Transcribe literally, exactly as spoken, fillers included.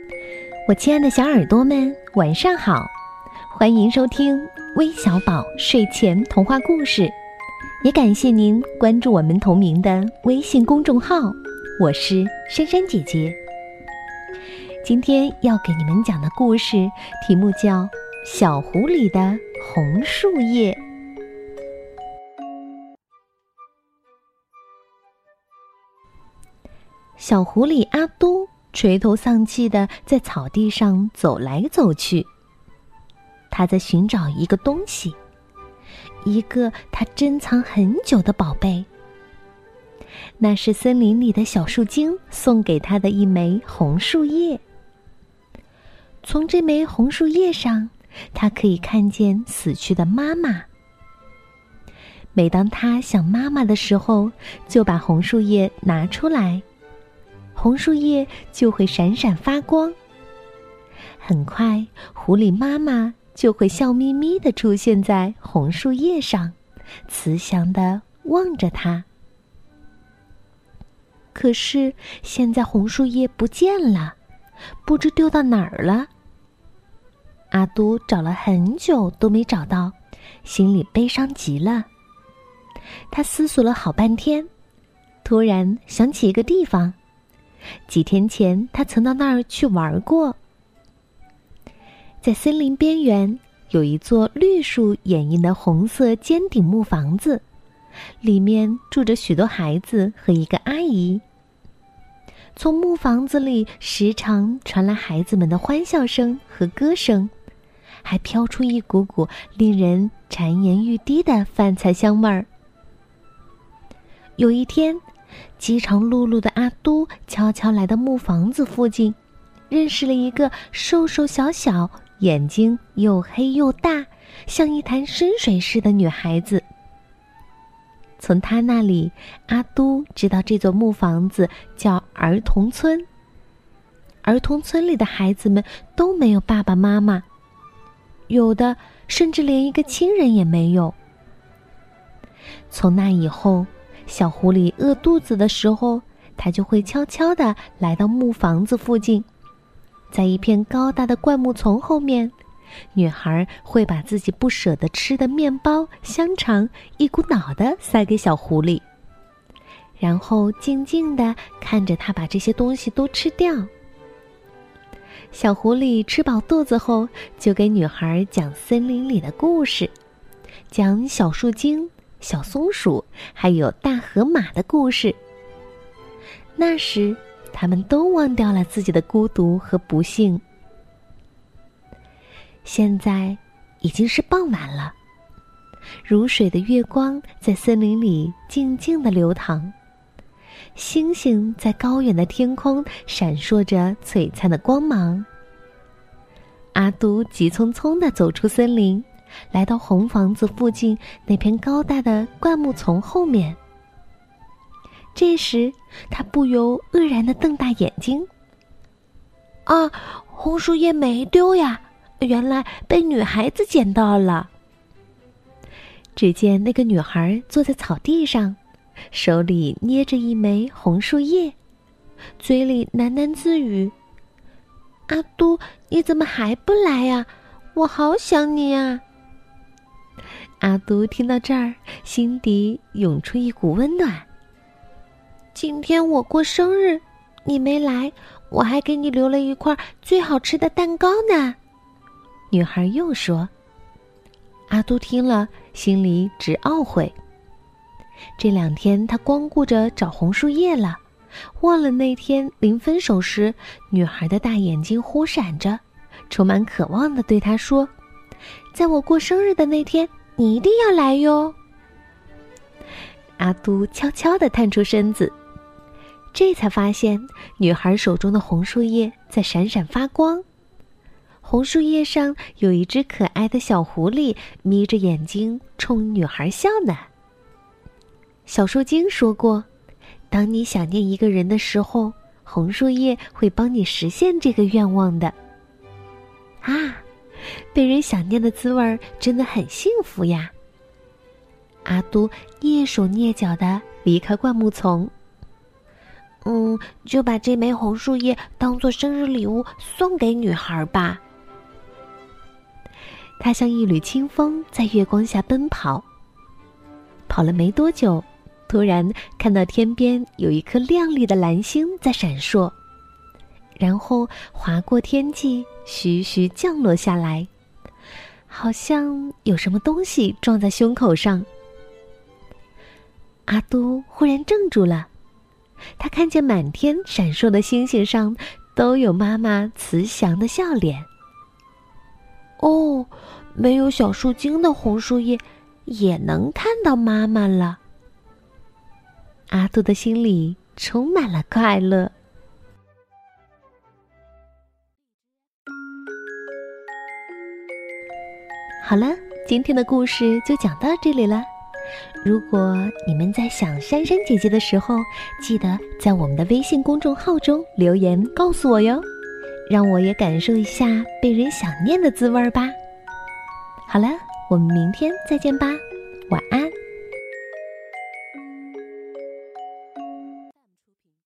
我亲爱的小耳朵们，晚上好！欢迎收听微小宝睡前童话故事，也感谢您关注我们同名的微信公众号，我是珊珊姐姐。今天要给你们讲的故事题目叫《小狐狸的红树叶》。小狐狸阿都垂头丧气地在草地上走来走去，他在寻找一个东西，一个他珍藏很久的宝贝。那是森林里的小树精送给他的一枚红树叶。从这枚红树叶上，他可以看见死去的妈妈。每当他想妈妈的时候，就把红树叶拿出来，红树叶就会闪闪发光。很快，狐狸妈妈就会笑眯眯地出现在红树叶上，慈祥地望着他。可是现在红树叶不见了，不知丢到哪儿了。阿都找了很久都没找到，心里悲伤极了。他思索了好半天，突然想起一个地方。几天前他曾到那儿去玩过。在森林边缘有一座绿树掩映的红色尖顶木房子，里面住着许多孩子和一个阿姨。从木房子里时常传来孩子们的欢笑声和歌声，还飘出一股股令人馋涎欲滴的饭菜香味儿。有一天，饥肠辘辘的阿都悄悄来到木房子附近，认识了一个瘦瘦小小、眼睛又黑又大，像一潭深水似的女孩子。从她那里，阿都知道这座木房子叫儿童村。儿童村里的孩子们都没有爸爸妈妈，有的甚至连一个亲人也没有。从那以后，小狐狸饿肚子的时候，它就会悄悄地来到木房子附近，在一片高大的灌木丛后面，女孩会把自己不舍得吃的面包、香肠一股脑地塞给小狐狸，然后静静地看着它把这些东西都吃掉。小狐狸吃饱肚子后，就给女孩讲森林里的故事，讲小树精、小松鼠还有大河马的故事。那时他们都忘掉了自己的孤独和不幸。现在已经是傍晚了，如水的月光在森林里静静地流淌，星星在高远的天空闪烁着璀璨的光芒。阿都急匆匆地走出森林，来到红房子附近那片高大的灌木丛后面。这时他不由愕然地瞪大眼睛。啊，红树叶没丢呀，原来被女孩子捡到了。只见那个女孩坐在草地上，手里捏着一枚红树叶，嘴里喃喃自语：阿都，你怎么还不来呀？我好想你啊。阿都听到这儿，心底涌出一股温暖。今天我过生日，你没来，我还给你留了一块最好吃的蛋糕呢。女孩又说。阿都听了，心里直懊悔。这两天他光顾着找红树叶了，忘了那天临分手时，女孩的大眼睛忽闪着，充满渴望地对他说：在我过生日的那天，你一定要来哟。阿都悄悄地探出身子，这才发现女孩手中的红树叶在闪闪发光。红树叶上有一只可爱的小狐狸眯着眼睛冲女孩笑呢。小树精说过，当你想念一个人的时候，红树叶会帮你实现这个愿望的。啊，被人想念的滋味真的很幸福呀。阿都蹑手蹑脚地离开灌木丛。 嗯，就把这枚红树叶当作生日礼物送给女孩吧。它像一缕清风在月光下奔跑。跑了没多久，突然看到天边有一颗亮丽的蓝星在闪烁，然后划过天际，徐徐降落下来，好像有什么东西撞在胸口上。阿都忽然怔住了，他看见满天闪烁的星星上都有妈妈慈祥的笑脸。哦，没有小树精的红树叶也能看到妈妈了。阿杜的心里充满了快乐。好了，今天的故事就讲到这里了。如果你们在想珊珊姐姐的时候，记得在我们的微信公众号中留言告诉我哟，让我也感受一下被人想念的滋味吧。好了，我们明天再见吧，晚安。